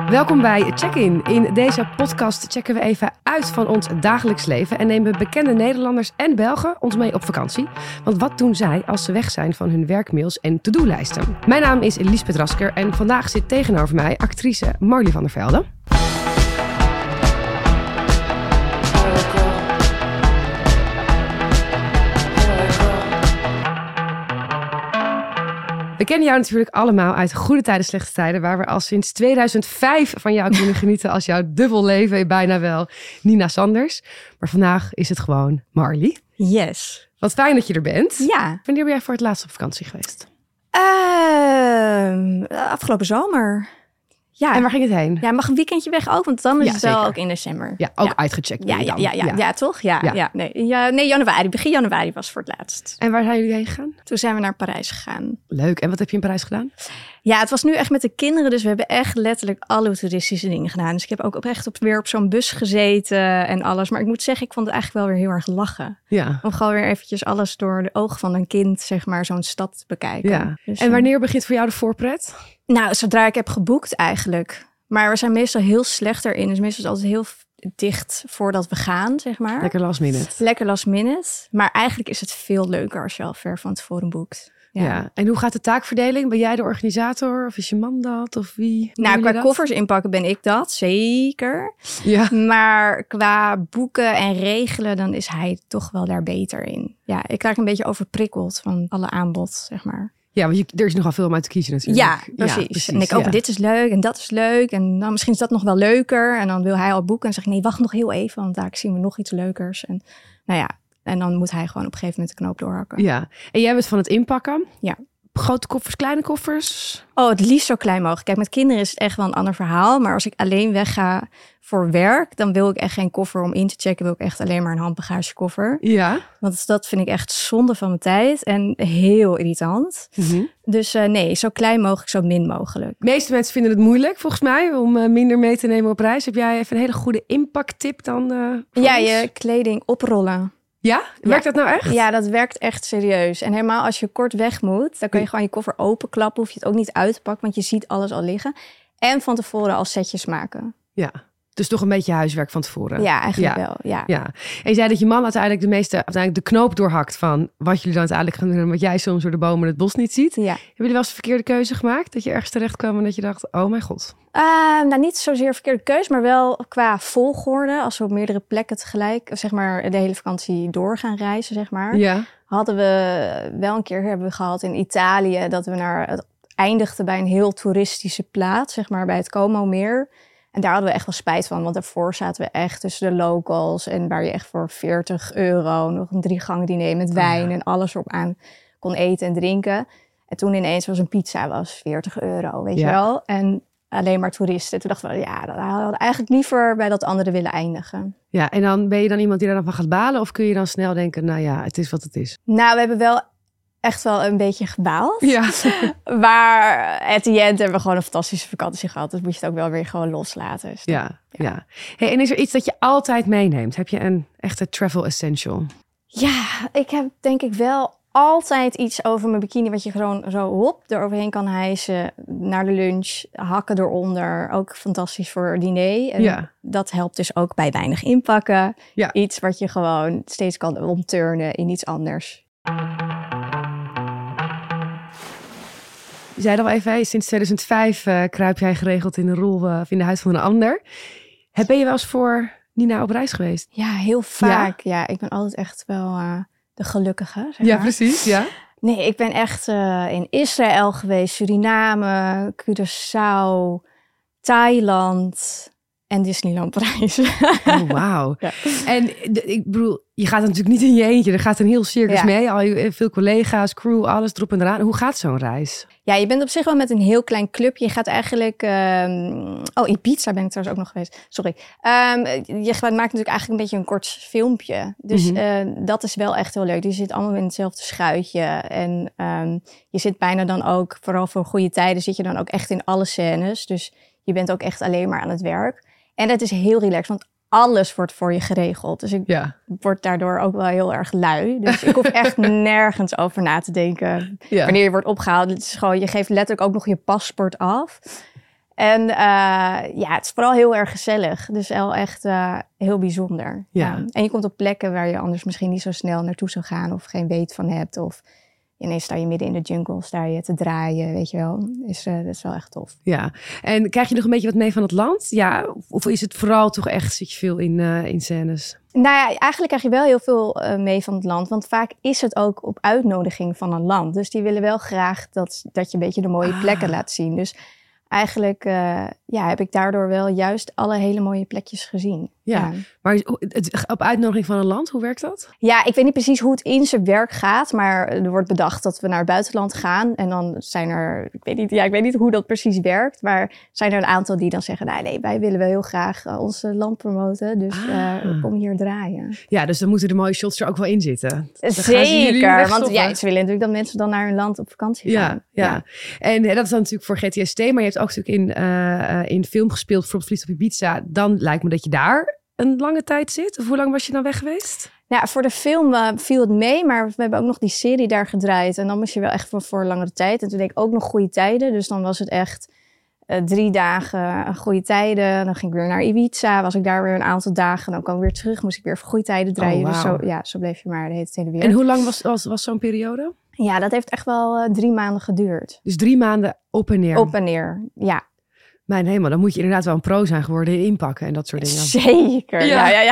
Welkom bij Check-in. In deze podcast checken we even uit van ons dagelijks leven en nemen bekende Nederlanders en Belgen ons mee op vakantie. Want wat doen zij als ze weg zijn van hun werkmails en to-do-lijsten? Mijn naam is Liesbeth Rasker en vandaag zit tegenover mij actrice Marley van der Velde. We kennen jou natuurlijk allemaal uit Goede Tijden, Slechte Tijden, waar we al sinds 2005 van jou kunnen genieten als jouw dubbelleven, bijna wel Nina Sanders. Maar vandaag is het gewoon Marley. Yes. Wat fijn dat je er bent. Ja. Wanneer ben jij voor het laatst op vakantie geweest? Afgelopen zomer. Ja. En waar ging het heen? Ja, mag een weekendje weg ook, want dan is het zeker. wel ook in december. Ja, ook uitgecheckt. Ja, toch? Ja. Nee, januari. Begin januari was voor het laatst. En waar zijn jullie heen gegaan? Toen zijn we naar Parijs gegaan. Leuk. En wat heb je in Parijs gedaan? Ja, het was nu echt met de kinderen, dus we hebben echt letterlijk alle toeristische dingen gedaan. Dus ik heb ook weer op zo'n bus gezeten en alles. Maar ik moet zeggen, ik vond het eigenlijk wel weer heel erg lachen. Ja. Om gewoon weer eventjes alles door de ogen van een kind, zeg maar, zo'n stad te bekijken. Ja. Dus, en wanneer begint voor jou de voorpret? Nou, zodra ik heb geboekt eigenlijk. Maar we zijn meestal heel slecht erin. Dus meestal is het altijd heel dicht voordat we gaan, zeg maar. Lekker last minute. Maar eigenlijk is het veel leuker als je al ver van tevoren boekt. Ja. En hoe gaat de taakverdeling? Ben jij de organisator of is je man dat? Of wie? Nou, qua koffers inpakken ben ik dat, zeker. Ja. Maar qua boeken en regelen, dan is hij toch wel daar beter in. Ja, ik raak een beetje overprikkeld van alle aanbod, zeg maar. Ja, want er is nogal veel om uit te kiezen natuurlijk. Ja, precies. En ik ook, dit is leuk en dat is leuk. En dan misschien is dat nog wel leuker. En dan wil hij al boeken. En dan zeg ik, nee, wacht nog heel even. Want daar zien we nog iets leukers. En nou ja, en dan moet hij gewoon op een gegeven moment de knoop doorhakken. Ja, en jij bent van het inpakken. Ja. Grote koffers, kleine koffers? Oh, het liefst zo klein mogelijk. Kijk, met kinderen is het echt wel een ander verhaal. Maar als ik alleen wegga voor werk, dan wil ik echt geen koffer om in te checken. Wil ik echt alleen maar een handbagagekoffer. Ja. Want dat vind ik echt zonde van mijn tijd en heel irritant. Mm-hmm. Dus nee, zo klein mogelijk, zo min mogelijk. De meeste mensen vinden het moeilijk, volgens mij, om minder mee te nemen op reis. Heb jij even een hele goede impacttip dan? Ja, je kleding oprollen. Ja? Werkt dat nou echt? Ja, dat werkt echt serieus. En helemaal als je kort weg moet, dan kan je gewoon je koffer openklappen. Hoef je het ook niet uit te pakken, want je ziet alles al liggen. En van tevoren al setjes maken. Ja, dus toch een beetje huiswerk van tevoren. Ja, eigenlijk wel. Ja. En je zei dat je man uiteindelijk de knoop doorhakt van wat jullie dan uiteindelijk gaan doen en wat jij soms door de bomen het bos niet ziet. Ja. Hebben jullie wel eens een verkeerde keuze gemaakt? Dat je ergens terecht kwam en dat je dacht, oh mijn god. Nou, niet zozeer verkeerde keuze, maar wel qua volgorde. Als we op meerdere plekken tegelijk, zeg maar, de hele vakantie door gaan reizen, zeg maar. Ja. Hebben we gehad in Italië dat we het eindigden bij een heel toeristische plaats, zeg maar, bij het Como-meer. En daar hadden we echt wel spijt van, want daarvoor zaten we echt tussen de locals en waar je echt voor €40 nog een 3-gangen diner met wijn en alles erop aan kon eten en drinken. En toen ineens was een pizza €40, weet je wel. En alleen maar toeristen. Toen dachten we, dat hadden we eigenlijk liever bij dat andere willen eindigen. Ja, en dan ben je dan iemand die daar dan van gaat balen? Of kun je dan snel denken, nou ja, het is wat het is? Nou, we hebben wel echt wel een beetje gebaald. Ja. Maar at the end hebben we gewoon een fantastische vakantie gehad. Dus moet je het ook wel weer gewoon loslaten. Dus ja. Hey, en is er iets dat je altijd meeneemt? Heb je een echte travel essential? Ja, ik heb denk ik wel altijd iets over mijn bikini wat je gewoon zo eroverheen kan hijsen. Naar de lunch, hakken eronder. Ook fantastisch voor diner. En dat helpt dus ook bij weinig inpakken. Ja. Iets wat je gewoon steeds kan omturnen in iets anders. Je zei al even, sinds 2005 kruip jij geregeld in de rol in de huid van een ander. Ben je wel eens voor Nina op reis geweest? Ja, heel vaak. Ja, ik ben altijd echt wel de gelukkige. Zeg maar. Precies, ja. Nee, ik ben echt in Israël geweest, Suriname, Curaçao, Thailand en Disneyland Parijs. Oh, wauw. Ja. En ik bedoel, je gaat natuurlijk niet in je eentje. Er gaat een heel circus mee. Veel collega's, crew, alles erop en eraan. Hoe gaat zo'n reis? Ja, je bent op zich wel met een heel klein clubje. Je gaat eigenlijk... Ibiza ben ik trouwens ook nog geweest. Sorry. Je maakt natuurlijk eigenlijk een beetje een kort filmpje. Dus dat is wel echt heel leuk. Je zit allemaal in hetzelfde schuitje. En je zit bijna dan ook, vooral voor goede tijden, zit je dan ook echt in alle scènes. Dus je bent ook echt alleen maar aan het werk. En dat is heel relaxed, want alles wordt voor je geregeld. Dus ik word daardoor ook wel heel erg lui. Dus ik hoef echt nergens over na te denken wanneer je wordt opgehaald. Het is gewoon, je geeft letterlijk ook nog je paspoort af. En het is vooral heel erg gezellig. Dus wel echt heel bijzonder. Ja. En je komt op plekken waar je anders misschien niet zo snel naartoe zou gaan. Of geen weet van hebt. Of ineens sta je midden in de jungle, sta je te draaien, weet je wel. Dus dat is wel echt tof. Ja. En krijg je nog een beetje wat mee van het land? Ja. Of is het vooral toch echt, zit je veel in scènes? Nou ja, eigenlijk krijg je wel heel veel mee van het land. Want vaak is het ook op uitnodiging van een land. Dus die willen wel graag dat je een beetje de mooie plekken laat zien. Dus eigenlijk heb ik daardoor wel juist alle hele mooie plekjes gezien. Ja. Maar op uitnodiging van een land, hoe werkt dat? Ja, ik weet niet precies hoe het in zijn werk gaat. Maar er wordt bedacht dat we naar het buitenland gaan. En dan zijn er, ik weet niet hoe dat precies werkt. Maar zijn er een aantal die dan zeggen, nee, wij willen wel heel graag ons land promoten. Dus kom hier draaien. Ja, dus dan moeten de mooie shots er ook wel in zitten. Zeker, want ze willen natuurlijk dat mensen dan naar hun land op vakantie gaan. Ja. En dat is dan natuurlijk voor GTST. Maar je hebt ook natuurlijk in film gespeeld, bijvoorbeeld Verliefd op Ibiza. Dan lijkt me dat je daar een lange tijd zit. Of hoe lang was je dan weg geweest? Ja, voor de film viel het mee, maar we hebben ook nog die serie daar gedraaid. En dan moest je wel echt voor langere tijd. En toen deed ik ook nog goede tijden. Dus dan was het echt 3 dagen goede tijden. Dan ging ik weer naar Ibiza. Was ik daar weer een aantal dagen. Dan kwam ik weer terug. Moest ik weer voor goede tijden draaien. Oh, wow. Dus zo bleef je maar de hele tijd weer. En hoe lang was zo'n periode? Ja, dat heeft echt wel 3 maanden geduurd. Dus 3 maanden op en neer? Op en neer, ja. Mijn hemel, dan moet je inderdaad wel een pro zijn geworden in inpakken en dat soort dingen. Zeker, ja.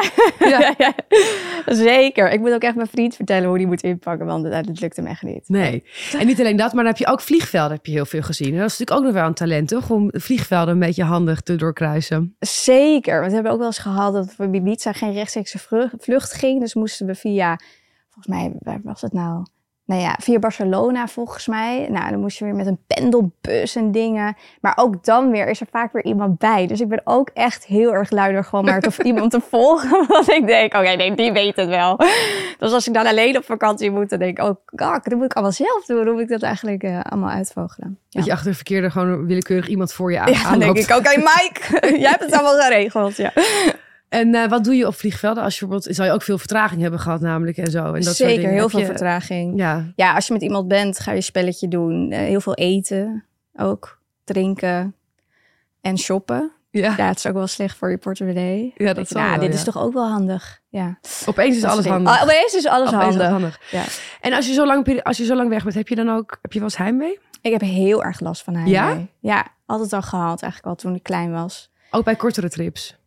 Zeker. Ik moet ook echt mijn vriend vertellen hoe die moet inpakken, want dat lukt hem echt niet. Nee. En niet alleen dat, maar dan heb je ook vliegvelden heb je heel veel gezien. En dat is natuurlijk ook nog wel een talent, toch? Om vliegvelden een beetje handig te doorkruisen. Zeker, want we hebben ook wel eens gehad dat voor Ibiza geen rechtstreekse vlucht ging. Dus moesten we via, volgens mij, waar was het nou? Nou ja, via Barcelona volgens mij. Nou, dan moest je weer met een pendelbus en dingen. Maar ook dan weer is er vaak weer iemand bij. Dus ik ben ook echt heel erg lui door gewoon maar iemand te volgen. Want ik denk, nee, die weet het wel. Dus als ik dan alleen op vakantie moet, dan denk ik, dat moet ik allemaal zelf doen. Hoe moet ik dat eigenlijk allemaal uitvogelen? Ja. Dat je achter de verkeerde gewoon willekeurig iemand voor je aanloopt. Ja, dan denk ik, Mike, jij hebt het allemaal geregeld. Ja. En wat doe je op vliegvelden? Als je bijvoorbeeld, zal je ook veel vertraging hebben gehad namelijk en zo. En dat Zeker, soort dingen. heel veel vertraging. Ja, als je met iemand bent, ga je spelletje doen. Heel veel eten, ook drinken en shoppen. Ja, het is ook wel slecht voor je portemonnee. Ja, dat is dit is toch ook wel handig. Ja. Opeens is alles handig. Opeens is alles handig. Ja. En als je zo lang weg bent, heb je wel eens heimwee? Ik heb heel erg last van heimwee. Ja, altijd al gehad, eigenlijk al toen ik klein was. Ook bij kortere trips?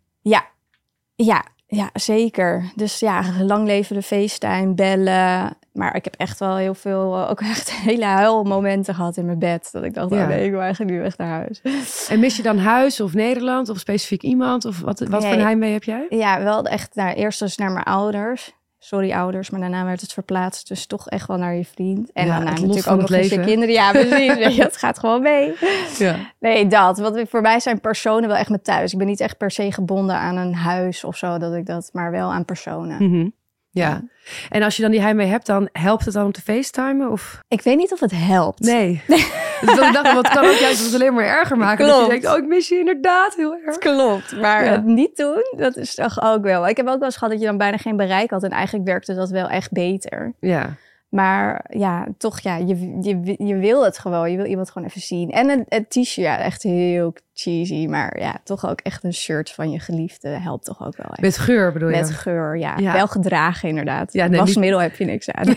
Ja, zeker. Dus ja, lang leven de FaceTime, bellen. Maar ik heb echt wel heel veel, ook echt hele huilmomenten gehad in mijn bed. Dat ik dacht, nee, ik wil eigenlijk nu echt naar huis. En mis je dan huis of Nederland of specifiek iemand? Of wat voor heimwee heb jij? Ja, wel echt eerst dus naar mijn ouders. Sorry ouders, maar daarna werd het verplaatst. Dus toch echt wel naar je vriend. En daarna natuurlijk ook nog eens je kinderen. Ja, precies. Het gaat gewoon mee. Ja. Nee, dat. Want voor mij zijn personen wel echt mijn thuis. Ik ben niet echt per se gebonden aan een huis of zo. Maar wel aan personen. Mm-hmm. Ja. En als je dan die heimwee hebt, dan helpt het dan om te facetimen? Of? Ik weet niet of het helpt. Nee. Dus ik dacht, wat kan ook juist het alleen maar erger maken. Klopt. Dat je denkt, ik mis je inderdaad heel erg. Klopt. Maar het niet doen, dat is toch ook wel. Ik heb ook wel eens gehad dat je dan bijna geen bereik had. En eigenlijk werkte dat wel echt beter. Ja. Maar ja, toch je wil het gewoon. Je wil iemand gewoon even zien. En een t-shirt, echt heel cheesy. Maar ja, toch ook echt een shirt van je geliefde helpt toch ook wel echt. Met geur bedoel je? Met geur, ja. Wel gedragen inderdaad. Ja, wasmiddel heb je niks aan.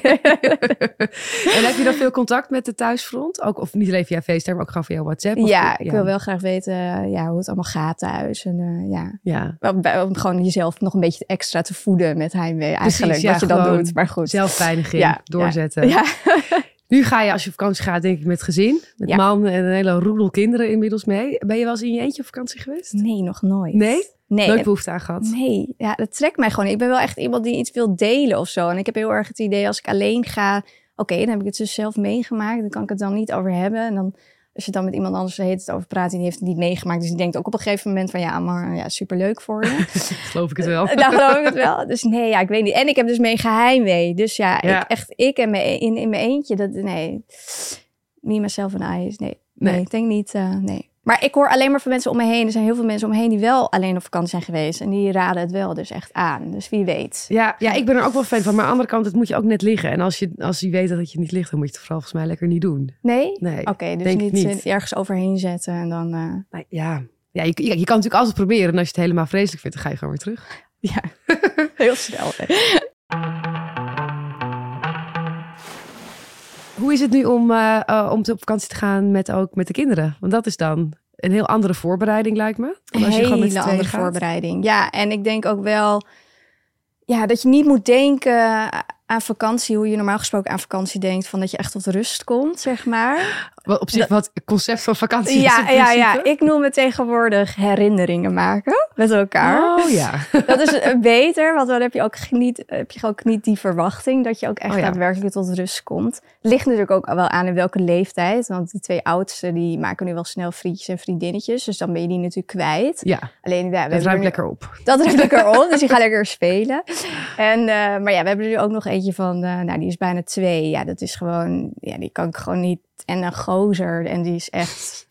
En heb je dan veel contact met de thuisfront? Ook, of niet alleen via FaceTime, maar ook gewoon via WhatsApp? Ik wil wel graag weten hoe het allemaal gaat thuis. En om gewoon jezelf nog een beetje extra te voeden met heimwee. Eigenlijk, precies, wat je dan doet. Maar goed. Zelfpijniging doorzetten. Ja. Nu ga je als je op vakantie gaat, denk ik, met gezin. Met man en een hele roedel kinderen inmiddels mee. Ben je wel eens in je eentje op vakantie geweest? Nee, nog nooit. Nee? Nooit behoefte aan gehad? Nee, dat trekt mij gewoon. Ik ben wel echt iemand die iets wil delen of zo. En ik heb heel erg het idee, als ik alleen ga... Oké, dan heb ik het dus zelf meegemaakt. Dan kan ik het dan niet over hebben. En dan, als je dan met iemand anders het over praat... die heeft het niet meegemaakt. Dus die denkt ook op een gegeven moment van... maar superleuk voor je. Geloof ik het wel. Dan geloof ik het wel. Dus nee, ik weet niet. En ik heb dus heimwee. Dus ik en in mijn eentje... Me, myself en I. Nee, ik denk niet... nee. Maar ik hoor alleen maar van mensen om me heen. Er zijn heel veel mensen om me heen die wel alleen op vakantie zijn geweest. En die raden het wel dus echt aan. Dus wie weet. Ja, ik ben er ook wel fan van. Maar aan de andere kant, het moet je ook net liggen. En als je weet dat het je niet ligt, dan moet je het vooral volgens mij lekker niet doen. Nee? Nee, Oké, dus denk niet ergens overheen zetten en dan... Nee, ja, je kan natuurlijk altijd proberen. En als je het helemaal vreselijk vindt, dan ga je gewoon weer terug. Ja, heel snel. Hoe is het nu om op vakantie te gaan met de kinderen? Want dat is dan een heel andere voorbereiding, lijkt me. Een hele andere voorbereiding. Ja, en ik denk ook wel dat je niet moet denken aan vakantie, hoe je normaal gesproken aan vakantie denkt, van dat je echt tot rust komt, zeg maar. Op zich, wat het concept van vakantie is. Ja. Ik noem het tegenwoordig herinneringen maken met elkaar. Oh ja. Dat is beter, want dan heb je ook niet die verwachting dat je ook echt daadwerkelijk tot rust komt. Het ligt natuurlijk ook wel aan in welke leeftijd, want die 2 oudsten die maken nu wel snel vriendjes en vriendinnetjes, dus dan ben je die natuurlijk kwijt. Ja. Alleen dat ruimt lekker op. Dat ruimt lekker op, dus die gaan lekker spelen. En maar we hebben er nu ook nog eentje van, die is bijna 2. Ja, dat is gewoon, die kan ik gewoon niet. En een gozer, en die is echt,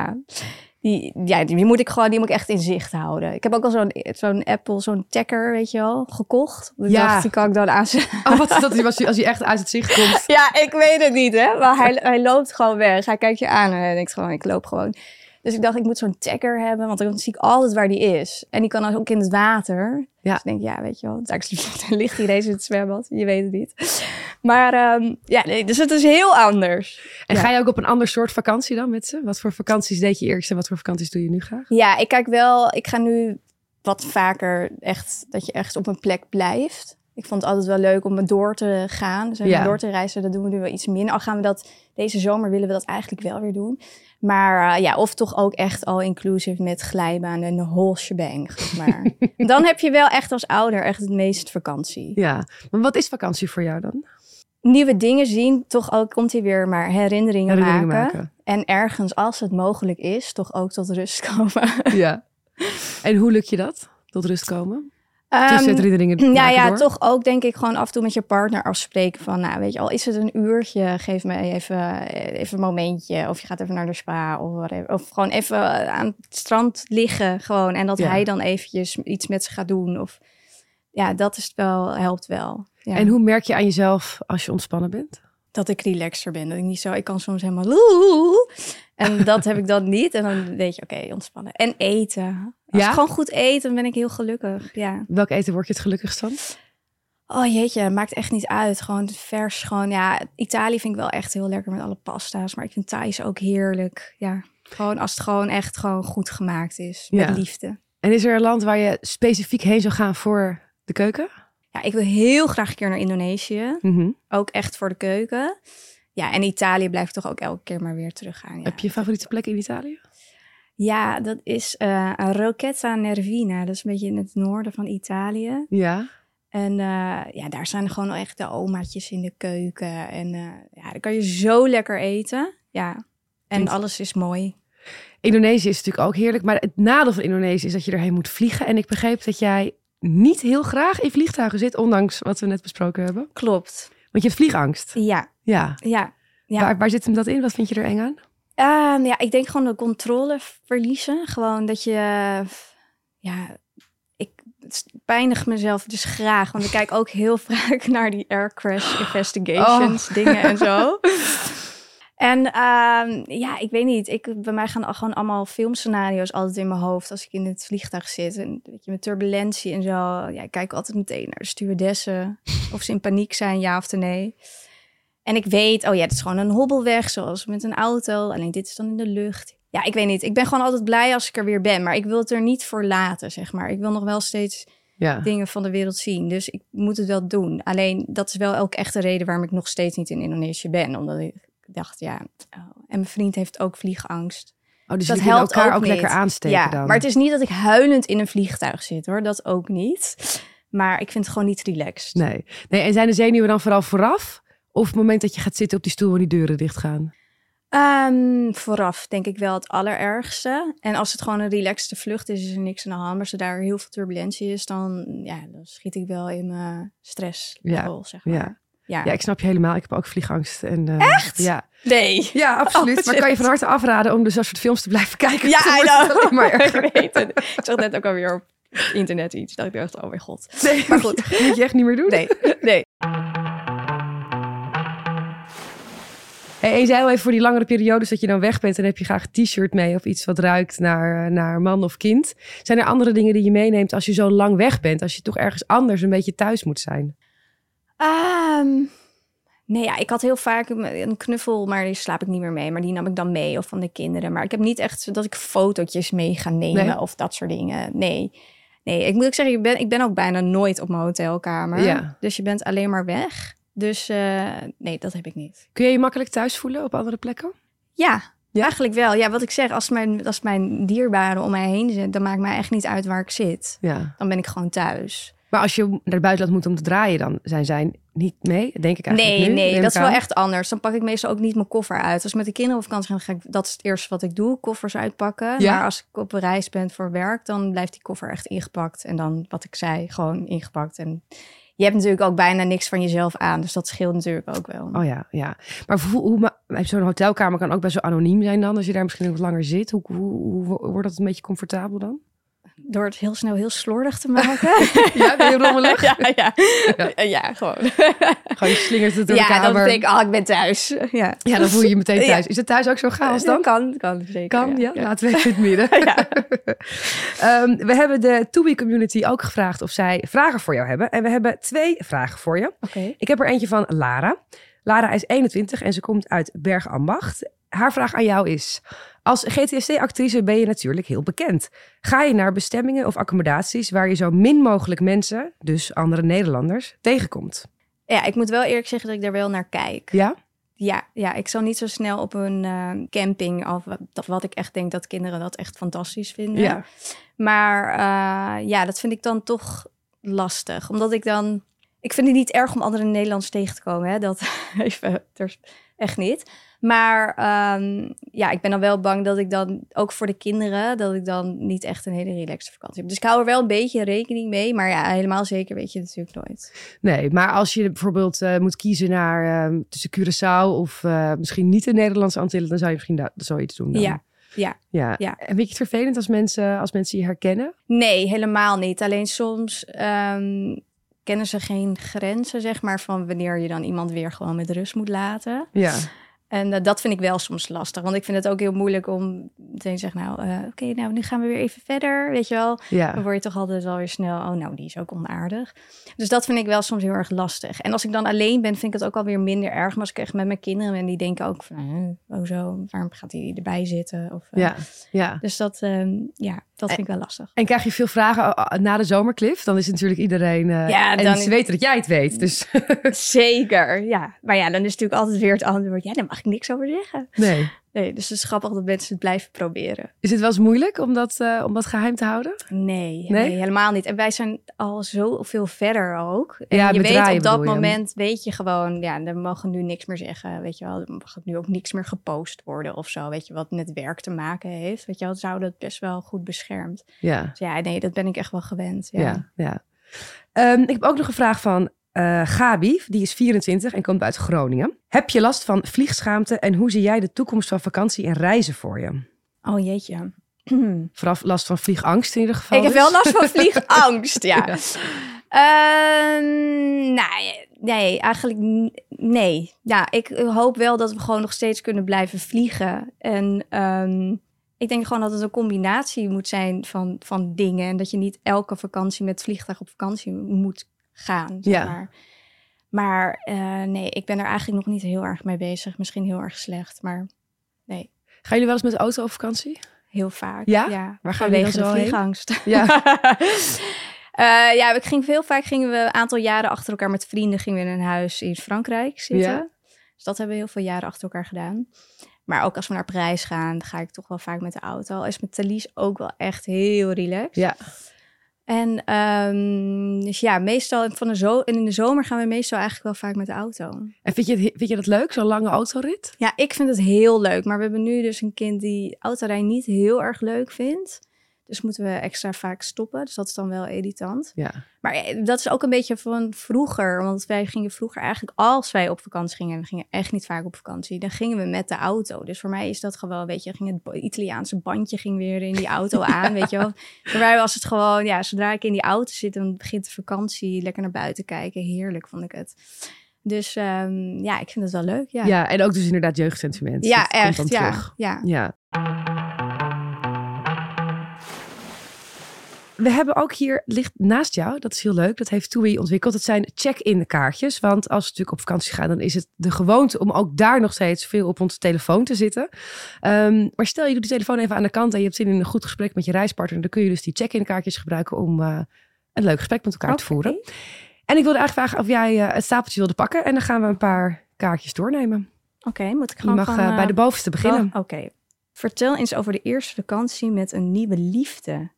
die moet ik echt in zicht houden. Ik heb ook al zo'n Apple, zo'n tracker, weet je wel, gekocht. Ik dacht, die kan ik dan aanzetten. Oh, wat is dat? Als hij echt uit het zicht komt? Ja, ik weet het niet, hè. Maar hij loopt gewoon weg. Hij kijkt je aan en hij denkt gewoon, ik loop gewoon. Dus ik dacht, ik moet zo'n tracker hebben, want dan zie ik altijd waar die is. En die kan dan ook in het water. Ja. Dus ik denk, weet je wel, het ligt hier deze in het zwembad. Je weet het niet. Maar dus het is heel anders. En ga je ook op een ander soort vakantie dan met ze? Wat voor vakanties deed je eerst en wat voor vakanties doe je nu graag? Ja, ik ga nu wat vaker dat je echt op een plek blijft. Ik vond het altijd wel leuk om door te gaan. Dus door te reizen, dat doen we nu wel iets minder. Al gaan we dat deze zomer, willen we dat eigenlijk wel weer doen. Maar of toch ook echt all-inclusive met glijbaan en de whole shebang, zeg maar. Dan heb je wel echt als ouder echt het meest vakantie. Ja, maar wat is vakantie voor jou dan? Nieuwe dingen zien, toch ook komt hij weer maar herinneringen maken. En ergens, als het mogelijk is, toch ook tot rust komen. Ja. En hoe lukt je dat? Tot rust komen? Tussen het herinneringen toch ook denk ik gewoon af en toe met je partner afspreken van, weet je, al is het een uurtje, geef me even een momentje. Of je gaat even naar de spa of whatever. Of gewoon even aan het strand liggen gewoon. En dat hij dan eventjes iets met ze gaat doen. Of dat is wel, helpt wel. Ja. En hoe merk je aan jezelf als je ontspannen bent? Dat ik relaxer ben. Dat ik niet zo, ik kan soms helemaal en dat heb ik dan niet. En dan weet je, oké, ontspannen. En eten. Als ik gewoon goed eet, dan ben ik heel gelukkig. Ja. Welk eten word je het gelukkigst van? Oh jeetje, maakt echt niet uit. Gewoon vers, Italië vind ik wel echt heel lekker met alle pasta's. Maar ik vind Thais ook heerlijk. Ja, gewoon als het gewoon echt gewoon goed gemaakt is. Met liefde. En is er een land waar je specifiek heen zou gaan voor de keuken? Ja, ik wil heel graag een keer naar Indonesië. Mm-hmm. Ook echt voor de keuken. Ja, en Italië blijft toch ook elke keer maar weer teruggaan. Ja. Heb je favoriete plek in Italië? Ja, dat is Rocchetta Nervina. Dat is een beetje in het noorden van Italië. Ja. En daar zijn gewoon echt de omaatjes in de keuken. En dan kan je zo lekker eten. Ja, en alles is mooi. Indonesië is natuurlijk ook heerlijk. Maar het nadeel van Indonesië is dat je erheen moet vliegen. En ik begreep dat jij niet heel graag in vliegtuigen zit, ondanks wat we net besproken hebben. Klopt. Want je hebt vliegangst. Ja. Waar zit hem dat in? Wat vind je er eng aan? Ik denk gewoon de controle verliezen. Gewoon dat je... ik pijnig mezelf dus graag. Want ik kijk ook heel vaak naar die air crash investigations dingen en zo. En ik weet niet. Bij mij gaan gewoon allemaal filmscenario's altijd in mijn hoofd als ik in het vliegtuig zit. En weet je, met turbulentie en zo. Ja, ik kijk altijd meteen naar de stewardessen. Of ze in paniek zijn, ja of nee. En ik weet, het is gewoon een hobbelweg, zoals met een auto. Alleen dit is dan in de lucht. Ja, ik weet niet. Ik ben gewoon altijd blij als ik er weer ben. Maar ik wil het er niet voor laten, zeg maar. Ik wil nog wel steeds dingen van de wereld zien. Dus ik moet het wel doen. Alleen, dat is wel ook echt de reden waarom ik nog steeds niet in Indonesië ben. Omdat ik dacht, en mijn vriend heeft ook vliegangst. Oh, dus dat helpt elkaar ook lekker aansteken dan. Maar het is niet dat ik huilend in een vliegtuig zit, hoor. Dat ook niet. Maar ik vind het gewoon niet relaxed. Nee. En zijn de zenuwen dan vooral vooraf? Of het moment dat je gaat zitten op die stoel waar die deuren dicht gaan? Vooraf denk ik wel het allerergste. En als het gewoon een relaxte vlucht is er niks aan de hand. Maar zodra er heel veel turbulentie is, dan schiet ik wel in mijn stress, zeg maar. Ja. Ja. Ja, ik snap je helemaal. Ik heb ook vliegangst. En, Echt? Ja. Nee. Ja, absoluut. Maar kan je van harte afraden om dus dat soort films te blijven kijken? Ja, Dan I wordt het know. alleen maar erger. Ik weet het. Ik zag net ook alweer op internet iets. Dat ik dacht, oh mijn god. Nee, Maar goed. moet je echt niet meer doen. Nee. Hey, en je zei al even voor die langere periodes dat je dan weg bent... en heb je graag een t-shirt mee of iets wat ruikt naar man of kind. Zijn er andere dingen die je meeneemt als je zo lang weg bent? Als je toch ergens anders een beetje thuis moet zijn? Nee, ja, ik had heel vaak een knuffel, maar die slaap ik niet meer mee. Maar die nam ik dan mee of van de kinderen. Maar ik heb niet echt dat ik fotootjes mee ga nemen of dat soort dingen. Nee, ik moet ook zeggen, ik ben ook bijna nooit op mijn hotelkamer. Ja. Dus je bent alleen maar weg. Dus nee, dat heb ik niet. Kun je je makkelijk thuis voelen op andere plekken? Ja, eigenlijk wel. Ja, wat ik zeg, als mijn dierbaren om mij heen zitten... dan maakt mij echt niet uit waar ik zit. Ja. Dan ben ik gewoon thuis. Maar als je naar het buitenland moet om te draaien, dan zijn zij niet mee, denk ik eigenlijk. Nee, dat is wel echt anders. Dan pak ik meestal ook niet mijn koffer uit. Als ik met de kinderen op vakantie ga, dat is het eerste wat ik doe, koffers uitpakken. Ja? Maar als ik op een reis ben voor werk, dan blijft die koffer echt ingepakt. En dan, wat ik zei, gewoon ingepakt. En je hebt natuurlijk ook bijna niks van jezelf aan. Dus dat scheelt natuurlijk ook wel. Oh ja. Maar zo'n hotelkamer kan ook best wel anoniem zijn dan, als je daar misschien wat langer zit. Hoe wordt dat een beetje comfortabel dan? Door het heel snel heel slordig te maken. Ja, ben je rommelig? Ja, gewoon. Gewoon je slingert het door de kamer. Ja, dan denk ik, ik ben thuis. Ja, dan voel je je meteen thuis. Ja. Is het thuis ook zo chaos dan? Kan zeker. Kan, ja. Laten we even in het midden. We hebben de TUI community ook gevraagd of zij vragen voor jou hebben. En we hebben 2 vragen voor je. Okay. Ik heb er eentje van Lara. Lara is 21 en ze komt uit Bergambacht. Haar vraag aan jou is: als GTSD-actrice ben je natuurlijk heel bekend. Ga je naar bestemmingen of accommodaties waar je zo min mogelijk mensen, dus andere Nederlanders, tegenkomt? Ja, ik moet wel eerlijk zeggen dat ik daar wel naar kijk. Ja? Ja, ik zal niet zo snel op een camping of wat ik echt denk dat kinderen dat echt fantastisch vinden. Ja. Maar dat vind ik dan toch lastig. Omdat ik vind het niet erg om andere Nederlanders tegen te komen. Hè? Dat even echt niet. Maar ik ben dan wel bang dat ik dan, ook voor de kinderen, dat ik dan niet echt een hele relaxte vakantie heb. Dus ik hou er wel een beetje rekening mee. Maar ja, helemaal zeker weet je het natuurlijk nooit. Nee, maar als je bijvoorbeeld moet kiezen naar tussen Curaçao of misschien niet de Nederlandse Antillen, dan zou je misschien zoiets doen dan. Ja. En vind je het vervelend als mensen je herkennen? Nee, helemaal niet. Alleen soms kennen ze geen grenzen, zeg maar, van wanneer je dan iemand weer gewoon met rust moet laten. Ja. En dat vind ik wel soms lastig. Want ik vind het ook heel moeilijk om meteen te zeggen, oké, nu gaan we weer even verder, weet je wel. Ja. Dan word je toch altijd alweer snel, die is ook onaardig. Dus dat vind ik wel soms heel erg lastig. En als ik dan alleen ben, vind ik het ook alweer minder erg. Maar als ik echt met mijn kinderen ben, die denken ook van, zo, waarom gaat hij erbij zitten? Of, Dus dat vind ik wel lastig. En krijg je veel vragen na de zomerclif? Dan is natuurlijk iedereen... en ze weten dat jij het weet, dus... Zeker, ja. Maar ja, dan is natuurlijk altijd weer het antwoord, daar mag ik niks over zeggen. Nee, dus het is grappig dat mensen het blijven proberen. Is het wel eens moeilijk om dat geheim te houden? Nee, helemaal niet. En wij zijn al zoveel verder ook. En ja, je weet op dat moment, weet je gewoon, we mogen nu niks meer zeggen, weet je wel. Er mag nu ook niks meer gepost worden of zo, weet je, wat met werk te maken heeft. Weet je wel, zou dat best wel goed beschermd. Ja. Dus dat ben ik echt wel gewend. Ja. Ik heb ook nog een vraag van Gabi, die is 24 en komt uit Groningen. Heb je last van vliegschaamte en hoe zie jij de toekomst van vakantie en reizen voor je? Oh jeetje. Vooral last van vliegangst in ieder geval. Ik heb wel last van vliegangst, ja. Nee, eigenlijk nee. Ja, ik hoop wel dat we gewoon nog steeds kunnen blijven vliegen. En ik denk gewoon dat het een combinatie moet zijn van dingen. En dat je niet elke vakantie met vliegtuig op vakantie moet gaan. Zeg maar nee, ik ben er eigenlijk nog niet heel erg mee bezig. Misschien heel erg slecht, maar nee. Gaan jullie wel eens met de auto op vakantie? Heel vaak, ja. Waar gaan we de vliegangst. Ja. Gingen we een aantal jaren achter elkaar met vrienden gingen we in een huis in Frankrijk zitten. Ja. Dus dat hebben we heel veel jaren achter elkaar gedaan. Maar ook als we naar Parijs gaan, ga ik toch wel vaak met de auto. Al is met Thalys ook wel echt heel relaxed. Ja. En meestal in de zomer gaan we meestal eigenlijk wel vaak met de auto. En vind je dat leuk, zo'n lange autorit? Ja, ik vind het heel leuk. Maar we hebben nu dus een kind die autorijden niet heel erg leuk vindt. Dus moeten we extra vaak stoppen. Dus dat is dan wel irritant. Ja. Maar dat is ook een beetje van vroeger. Want wij gingen vroeger eigenlijk, als wij op vakantie gingen... en we gingen echt niet vaak op vakantie... dan gingen we met de auto. Dus voor mij is dat gewoon, weet je... ging het Italiaanse bandje ging weer in die auto aan, weet je wel. Voor mij was het gewoon, ja, zodra ik in die auto zit... dan begint de vakantie, lekker naar buiten kijken. Heerlijk vond ik het. Dus ja, ik vind het wel leuk. Ja, Ja, en ook dus inderdaad jeugdsentiment. ja Dat komt echt. dan Ja, terug. ja. Ja. We hebben ook hier, ligt naast jou, dat is heel leuk, dat heeft TUI ontwikkeld. Het zijn check-in kaartjes. Want als we natuurlijk op vakantie gaan, dan is het de gewoonte om ook daar nog steeds veel op onze telefoon te zitten. Maar stel je doet die telefoon even aan de kant en je hebt zin in een goed gesprek met je reispartner. Dan kun je dus die check-in kaartjes gebruiken om een leuk gesprek met elkaar te voeren. En ik wilde eigenlijk vragen of jij het stapeltje wilde pakken. En dan gaan we een paar kaartjes doornemen. Oké, moet ik Je gewoon mag van, bij de bovenste beginnen. Oké. Vertel eens over de eerste vakantie met een nieuwe liefde.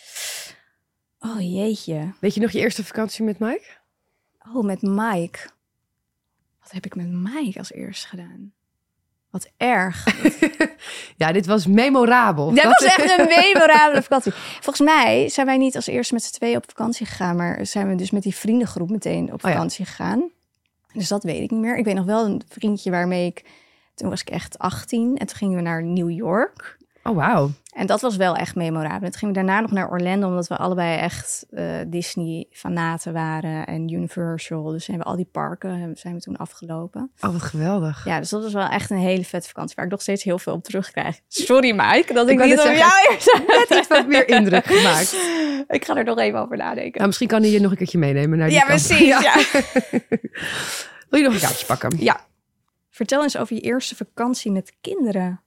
Oh jeetje. Weet je nog je eerste vakantie met Mike? Oh, met Mike. Wat heb ik met Mike als eerste gedaan? Wat erg. Ja, dit was memorabel. Dat was echt een memorabele vakantie. Volgens mij zijn wij niet als eerste met z'n tweeën op vakantie gegaan, maar zijn we dus met die vriendengroep meteen op vakantie gegaan. Dus dat weet ik niet meer. Ik weet nog wel een vriendje waarmee toen was ik echt 18 en toen gingen we naar New York. Oh, wauw. En dat was wel echt memorabel. Toen gingen we daarna nog naar Orlando, omdat we allebei echt Disney-fanaten waren en Universal. Dus zijn we al die parken zijn we toen afgelopen. Oh, wat geweldig. Ja, dus dat was wel echt een hele vette vakantie, waar ik nog steeds heel veel op terugkrijg. Sorry Mike, dat ik wou niet net op zeggen, jou eerst Net iets wat meer indruk gemaakt. Ik ga er nog even over nadenken. Nou, misschien kan hij je nog een keertje meenemen naar die Ja, kant. precies. Ja. Wil je nog een kaartje pakken? Ja. Vertel eens over je eerste vakantie met kinderen.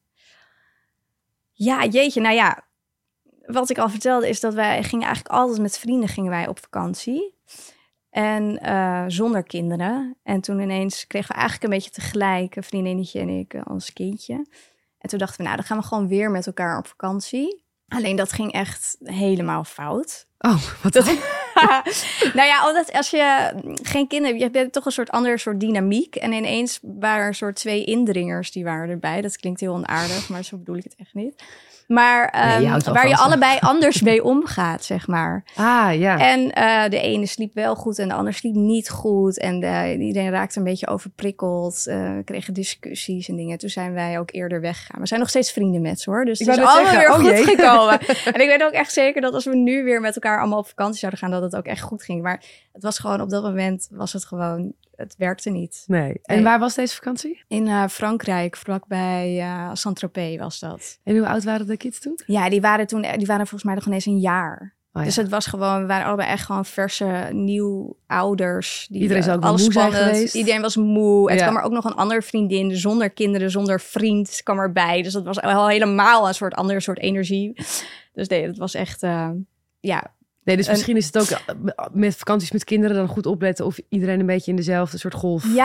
Ja, jeetje. Nou ja, wat ik al vertelde is dat wij gingen eigenlijk altijd met vrienden gingen wij op vakantie. En zonder kinderen. En toen ineens kregen we eigenlijk een beetje tegelijk, een vriendinnetje en ik, ons kindje. En toen dachten we, nou, dan gaan we gewoon weer met elkaar op vakantie. Alleen dat ging echt helemaal fout. Oh, wat dat? Nou ja, omdat als je geen kinderen hebt, je hebt toch een soort ander soort dynamiek. En ineens waren er soort 2 indringers die waren erbij. Dat klinkt heel onaardig, maar zo bedoel ik het echt niet. Maar waar je allebei anders mee omgaat, zeg maar. Ah, ja. En de ene sliep wel goed en de ander sliep niet goed. En iedereen raakte een beetje overprikkeld. We kregen discussies en dingen. Toen zijn wij ook eerder weggegaan. We zijn nog steeds vrienden met ze, hoor. Dus het is allemaal weer goed gekomen. En ik weet ook echt zeker dat als we nu weer met elkaar allemaal op vakantie zouden gaan, dat het ook echt goed ging. Maar het was gewoon, op dat moment was het gewoon, het werkte niet. Nee. En waar was deze vakantie? In Frankrijk, vlakbij Saint-Tropez was dat. En hoe oud waren de kids toen? Ja, die waren volgens mij nog ineens een jaar. Oh, ja. Dus het was gewoon, we waren allebei echt gewoon verse nieuwouders. Iedereen zou ook wel moe zijn geweest. Iedereen was moe. Het kwam er ook nog een andere vriendin, zonder kinderen, zonder vriend, kwam erbij. Dus dat was al helemaal een ander soort energie. Dus nee, dat was echt, ja. Nee, dus misschien is het ook met vakanties met kinderen dan goed opletten of iedereen een beetje in dezelfde soort golf zit.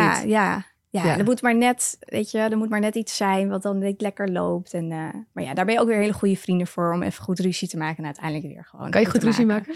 Ja, er moet maar net, weet je, er moet maar net iets zijn wat dan lekker loopt. En, maar ja, daar ben je ook weer hele goede vrienden voor om even goed ruzie te maken en uiteindelijk weer gewoon. Kan je goed ruzie maken?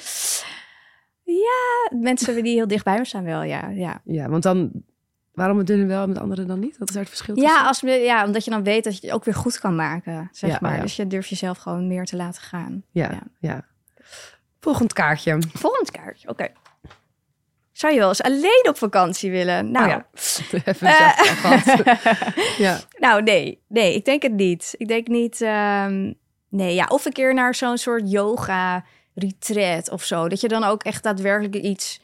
Ja, mensen die heel dicht bij me staan wel, ja. Ja, want dan, waarom het ene wel en het andere dan niet? Wat is daar het verschil tussen? Ja, omdat je dan weet dat je het ook weer goed kan maken, zeg maar. Ja. Dus je durft jezelf gewoon meer te laten gaan. Ja. Volgend kaartje. Volgend kaartje, oké. Zou je wel eens alleen op vakantie willen? Nou, Even zelf ja. Nou, nee, ik denk het niet. Ik denk niet, of een keer naar zo'n soort yoga-retreat of zo. Dat je dan ook echt daadwerkelijk iets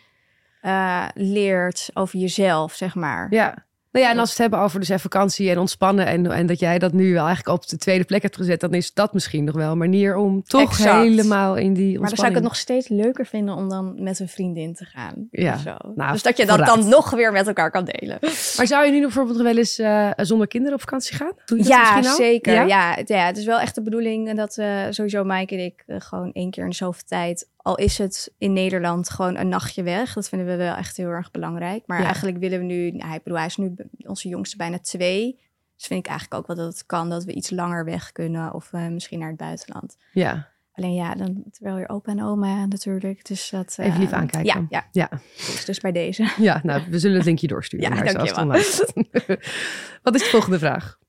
leert over jezelf, zeg maar. Ja. Nou ja, en als we het hebben over dus vakantie en ontspannen en dat jij dat nu wel eigenlijk op de tweede plek hebt gezet, dan is dat misschien nog wel een manier om toch helemaal in die ontspanning. Maar dan zou ik het nog steeds leuker vinden om dan met een vriendin te gaan. Ja. Of zo. Nou, dus dat je dat dan nog weer met elkaar kan delen. Maar zou je nu bijvoorbeeld nog wel eens zonder kinderen op vakantie gaan? Doe je dat misschien al? Zeker. Ja, het is wel echt de bedoeling dat sowieso Mike en ik gewoon 1 keer in de zoveel tijd, al is het in Nederland gewoon een nachtje weg. Dat vinden we wel echt heel erg belangrijk. Maar eigenlijk willen we nu, hij is nu onze jongste bijna 2. Dus vind ik eigenlijk ook wel dat het kan dat we iets langer weg kunnen. Of misschien naar het buitenland. Ja. Alleen dan wel weer opa en oma natuurlijk. Dus dat, even lief aankijken. Ja. Dus bij deze. Ja, nou, we zullen het linkje doorsturen. Ja, dankjewel. Wat is de volgende vraag?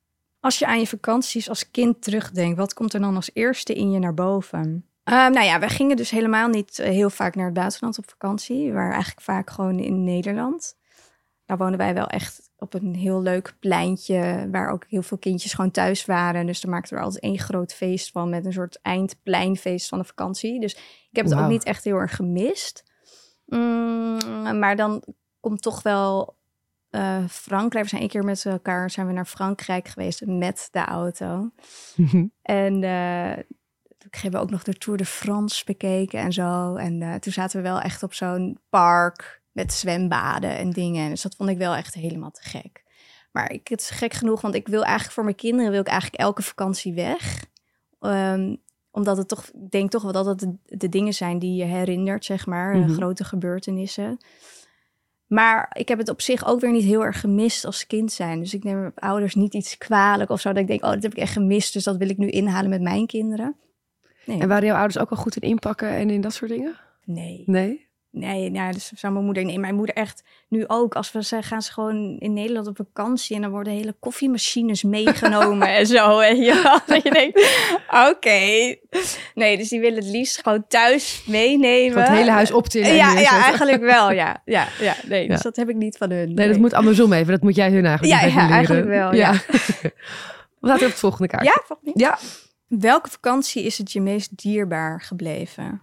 Als je aan je vakanties als kind terugdenkt, wat komt er dan als eerste in je naar boven? Wij gingen dus helemaal niet heel vaak naar het buitenland op vakantie. We waren eigenlijk vaak gewoon in Nederland. Daar woonden wij wel echt op een heel leuk pleintje, waar ook heel veel kindjes gewoon thuis waren. Dus daar maakten we altijd één groot feest van, met een soort eindpleinfeest van de vakantie. Dus ik heb het ook niet echt heel erg gemist. Maar dan komt toch wel Frankrijk. We zijn 1 keer met elkaar zijn we naar Frankrijk geweest met de auto. En toen kregen we ook nog de Tour de France bekeken en zo. En toen zaten we wel echt op zo'n park met zwembaden en dingen. Dus dat vond ik wel echt helemaal te gek. Maar het is gek genoeg, want ik wil eigenlijk voor mijn kinderen wil ik eigenlijk elke vakantie weg. Omdat het toch, ik denk toch wel dat het de dingen zijn die je herinnert, zeg maar. Grote gebeurtenissen. Maar ik heb het op zich ook weer niet heel erg gemist als kind zijn. Dus ik neem mijn ouders niet iets kwalijk of zo. Dat ik denk, dat heb ik echt gemist. Dus dat wil ik nu inhalen met mijn kinderen. Nee. En waren jouw ouders ook al goed in inpakken en in dat soort dingen? Nee, dus zou mijn moeder... Nee, mijn moeder echt nu ook. Als we gaan ze gewoon in Nederland op vakantie... en dan worden hele koffiemachines meegenomen en zo. En je denkt, oké. Nee, dus die willen het liefst gewoon thuis meenemen. Van het hele huis optillen. Ja, eigenlijk wel, ja. Nee, dus dat heb ik niet van hun. Nee, dat moet andersom even. Dat moet jij hun eigenlijk Ja, eigenlijk wel, ja. We laten op het volgende kaart. Ja, volgende. Ja. Welke vakantie is het je meest dierbaar gebleven?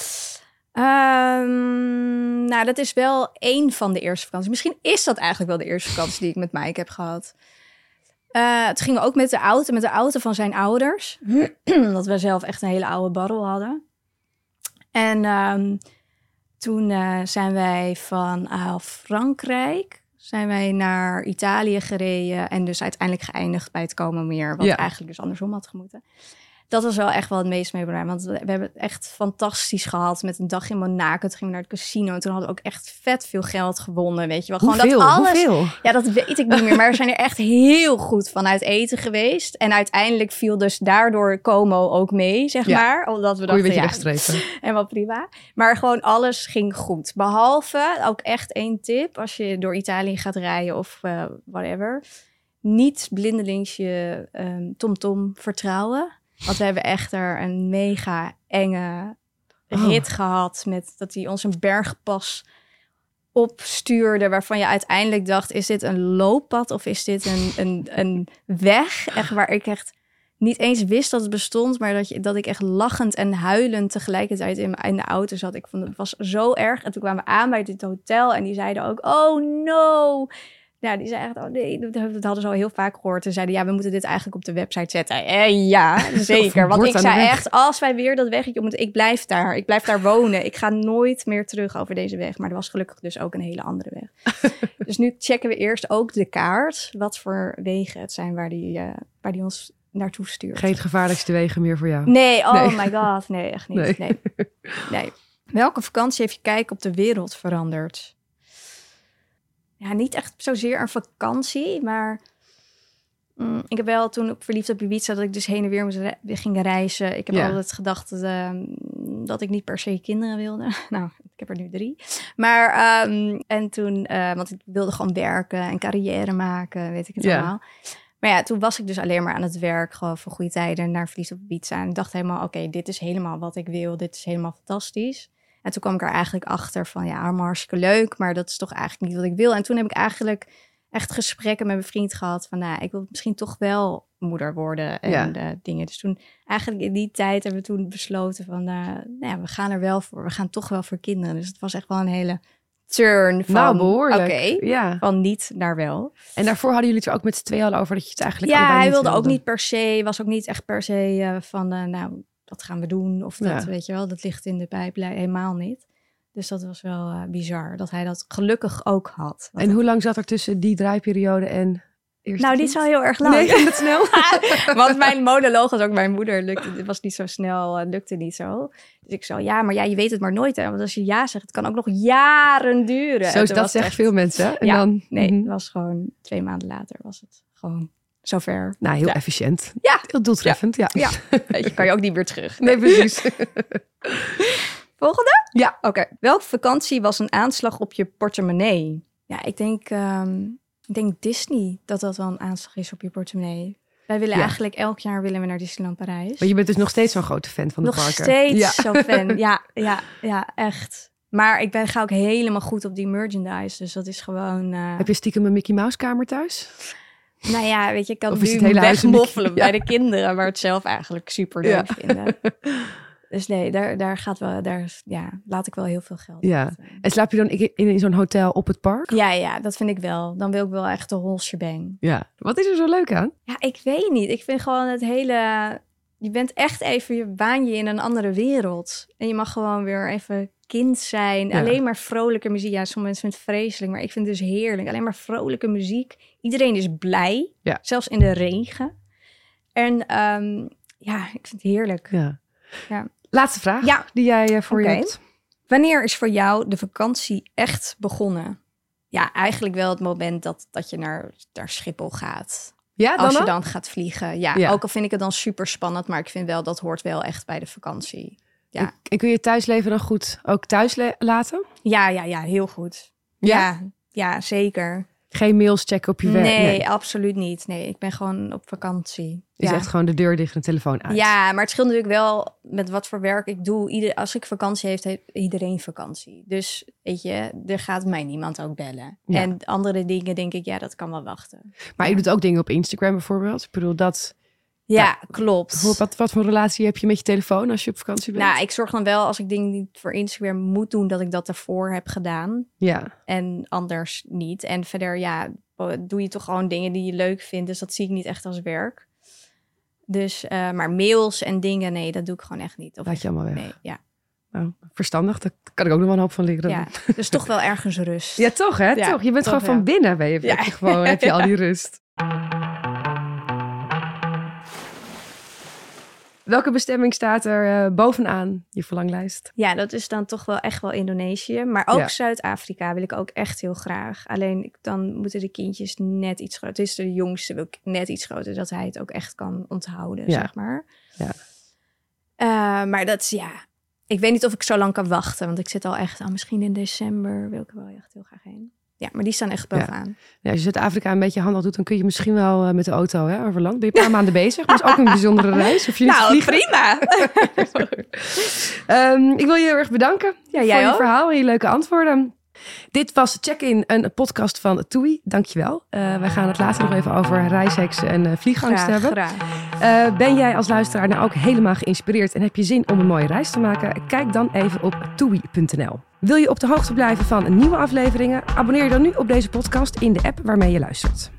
Dat is wel 1 van de eerste vakanties. Misschien is dat eigenlijk wel de eerste vakantie die ik met Mike heb gehad. Toen gingen we ook met de auto van zijn ouders. Dat we zelf echt een hele oude barrel hadden. En toen zijn wij van Frankrijk naar Italië gereden. En dus uiteindelijk geëindigd bij het Como-meer. Wat eigenlijk dus andersom had gemoeten. Dat was wel echt wel het meest memorabel. Want we hebben het echt fantastisch gehad met een dag in Monaco. Toen gingen we naar het casino. En toen hadden we ook echt vet veel geld gewonnen. Weet je wel. Gewoon hoeveel? Dat alles. Hoeveel? Ja, dat weet ik niet meer. Maar we zijn er echt heel goed van uit eten geweest. En uiteindelijk viel dus daardoor Como ook mee, zeg maar. Omdat we dachten, helemaal prima. Maar gewoon alles ging goed. Behalve, ook echt 1 tip. Als je door Italië gaat rijden of whatever. Niet blindelings je TomTom vertrouwen. Want we hebben echt er een mega enge rit gehad. Met dat hij ons een bergpas opstuurde. Waarvan je uiteindelijk dacht, is dit een looppad of is dit een weg? Echt waar ik echt niet eens wist dat het bestond. Maar dat ik echt lachend en huilend tegelijkertijd in de auto zat. Ik vond het was zo erg. En toen kwamen we aan bij dit hotel en die zeiden ook, oh no. Ja, die zei echt, oh nee, dat hadden ze al heel vaak gehoord. En zeiden, we moeten dit eigenlijk op de website zetten. Ja, zeker. Want ik zei echt, als wij weer dat weggetje moeten, ik blijf daar wonen. Ik ga nooit meer terug over deze weg. Maar er was gelukkig dus ook een hele andere weg. Dus nu checken we eerst ook de kaart. Wat voor wegen het zijn waar die ons naartoe stuurt. Geen gevaarlijkste wegen meer voor jou? Nee, my god. Nee, echt niet. Nee. Welke vakantie heeft je kijk op de wereld veranderd? Ja, niet echt zozeer een vakantie, maar ik heb wel toen op Verliefd op Ibiza dat ik dus heen en weer ging reizen. Ik heb altijd gedacht dat ik niet per se kinderen wilde. Nou, ik heb er nu 3. Maar en toen, want ik wilde gewoon werken en carrière maken, weet ik het allemaal. Maar ja, toen was ik dus alleen maar aan het werk, gewoon voor goede tijden naar Verliefd op Ibiza. En ik dacht helemaal, oké, dit is helemaal wat ik wil. Dit is helemaal fantastisch. En toen kwam ik er eigenlijk achter van, allemaal hartstikke leuk, maar dat is toch eigenlijk niet wat ik wil. En toen heb ik eigenlijk echt gesprekken met mijn vriend gehad van, ik wil misschien toch wel moeder worden en dingen. Dus toen eigenlijk in die tijd hebben we toen besloten van, we gaan er wel voor. We gaan toch wel voor kinderen. Dus het was echt wel een hele turn van, behoorlijk. Van niet naar wel. En daarvoor hadden jullie het er ook met z'n tweeën al over dat je het eigenlijk hij wilde ook niet per se, was ook niet echt per se van, dat gaan we doen. Of dat, weet je wel, dat ligt in de pijplijn helemaal niet. Dus dat was wel bizar, dat hij dat gelukkig ook had. En hoe lang zat er tussen die draaiperiode en eerste niet zo heel erg lang. Nee, ging het snel? Want mijn monoloog was ook mijn moeder. Het was niet zo snel, lukte niet zo. Dus ik zo, maar je weet het maar nooit. Hè? Want als je ja zegt, het kan ook nog jaren duren. Zo dat zeggen veel mensen. En het was gewoon 2 maanden later was het gewoon zover. Nou, heel efficiënt. Ja. Heel doeltreffend, ja. Weet je, kan je ook niet meer terug. Nee, precies. Volgende? Ja. Oké. Welke vakantie was een aanslag op je portemonnee? Ja, ik denk Disney dat wel een aanslag is op je portemonnee. Wij willen eigenlijk elk jaar naar Disneyland Parijs. Maar je bent dus nog steeds zo'n grote fan van de parken. Nog steeds zo'n fan. Ja, echt. Maar ik ga ook helemaal goed op die merchandise. Dus dat is gewoon... Heb je stiekem een Mickey Mouse kamer thuis? Nou ja, weet je, ik kan Of nu wegmoffelen bij de kinderen, maar het zelf eigenlijk super leuk vinden. Dus nee, daar laat ik wel heel veel geld. Ja. En slaap je dan in zo'n hotel op het park? Ja, dat vind ik wel. Dan wil ik wel echt de whole shebang. Ja. Wat is er zo leuk aan? Ja, ik weet niet. Ik vind gewoon het hele... Je bent echt even, je baan je in een andere wereld. En je mag gewoon weer even kind zijn. Ja. Alleen maar vrolijke muziek. Ja, sommige mensen vinden het vreselijk, maar ik vind het dus heerlijk. Alleen maar vrolijke muziek. Iedereen is blij. Ja. Zelfs in de regen. En ik vind het heerlijk. Ja. Laatste vraag die jij voor je hebt. Wanneer is voor jou de vakantie echt begonnen? Ja, eigenlijk wel het moment dat je naar Schiphol gaat. Ja, als je dan gaat vliegen. Ja, ook al vind ik het dan super spannend, maar ik vind wel dat hoort wel echt bij de vakantie. Ja. En kun je thuisleven dan goed ook thuis laten? Ja, heel goed. Ja, zeker. Geen mails checken op je werk? Nee, absoluut niet. Nee, ik ben gewoon op vakantie. Is echt gewoon de deur dicht en de telefoon uit. Ja, maar het scheelt natuurlijk wel met wat voor werk ik doe. Als ik vakantie heeft iedereen vakantie. Dus weet je, er gaat mij niemand ook bellen. Ja. En andere dingen denk ik, dat kan wel wachten. Maar je doet ook dingen op Instagram bijvoorbeeld. Ik bedoel, dat... Ja, klopt. Wat voor relatie heb je met je telefoon als je op vakantie bent? Nou, ik zorg dan wel als ik dingen niet voor Instagram moet doen, dat ik dat ervoor heb gedaan. Ja. En anders niet. En verder, doe je toch gewoon dingen die je leuk vindt. Dus dat zie ik niet echt als werk. Dus, maar mails en dingen, nee, dat doe ik gewoon echt niet. Laat je allemaal weg. Nee, ja. Nou, verstandig, daar kan ik ook nog wel een hoop van leren. Ja, dus toch wel ergens rust. Ja, toch hè? Ja, toch. Je bent toch, gewoon van binnen, heb je al die rust. Welke bestemming staat er bovenaan je verlanglijst? Ja, dat is dan toch wel echt wel Indonesië. Maar ook Zuid-Afrika wil ik ook echt heel graag. Alleen dan moeten de kindjes net iets groter. Dus de jongste wil ik net iets groter, dat hij het ook echt kan onthouden, zeg maar. Ja. Maar dat is, ik weet niet of ik zo lang kan wachten. Want ik zit al echt misschien in december wil ik er wel echt heel graag heen. Ja, maar die staan echt bovenaan. Ja, als je Zuid-Afrika een beetje handig doet, dan kun je misschien wel met de auto over land. Ben je een paar maanden bezig? Dat is ook een bijzondere reis. Of je niet prima. Ik wil je heel erg bedanken voor je verhaal en je leuke antwoorden. Dit was Check-in, een podcast van TUI. Dankjewel. Wij gaan het later nog even over reisheksen en vliegangst hebben. Graag. Ben jij als luisteraar nou ook helemaal geïnspireerd en heb je zin om een mooie reis te maken? Kijk dan even op TUI.nl. Wil je op de hoogte blijven van nieuwe afleveringen? Abonneer je dan nu op deze podcast in de app waarmee je luistert.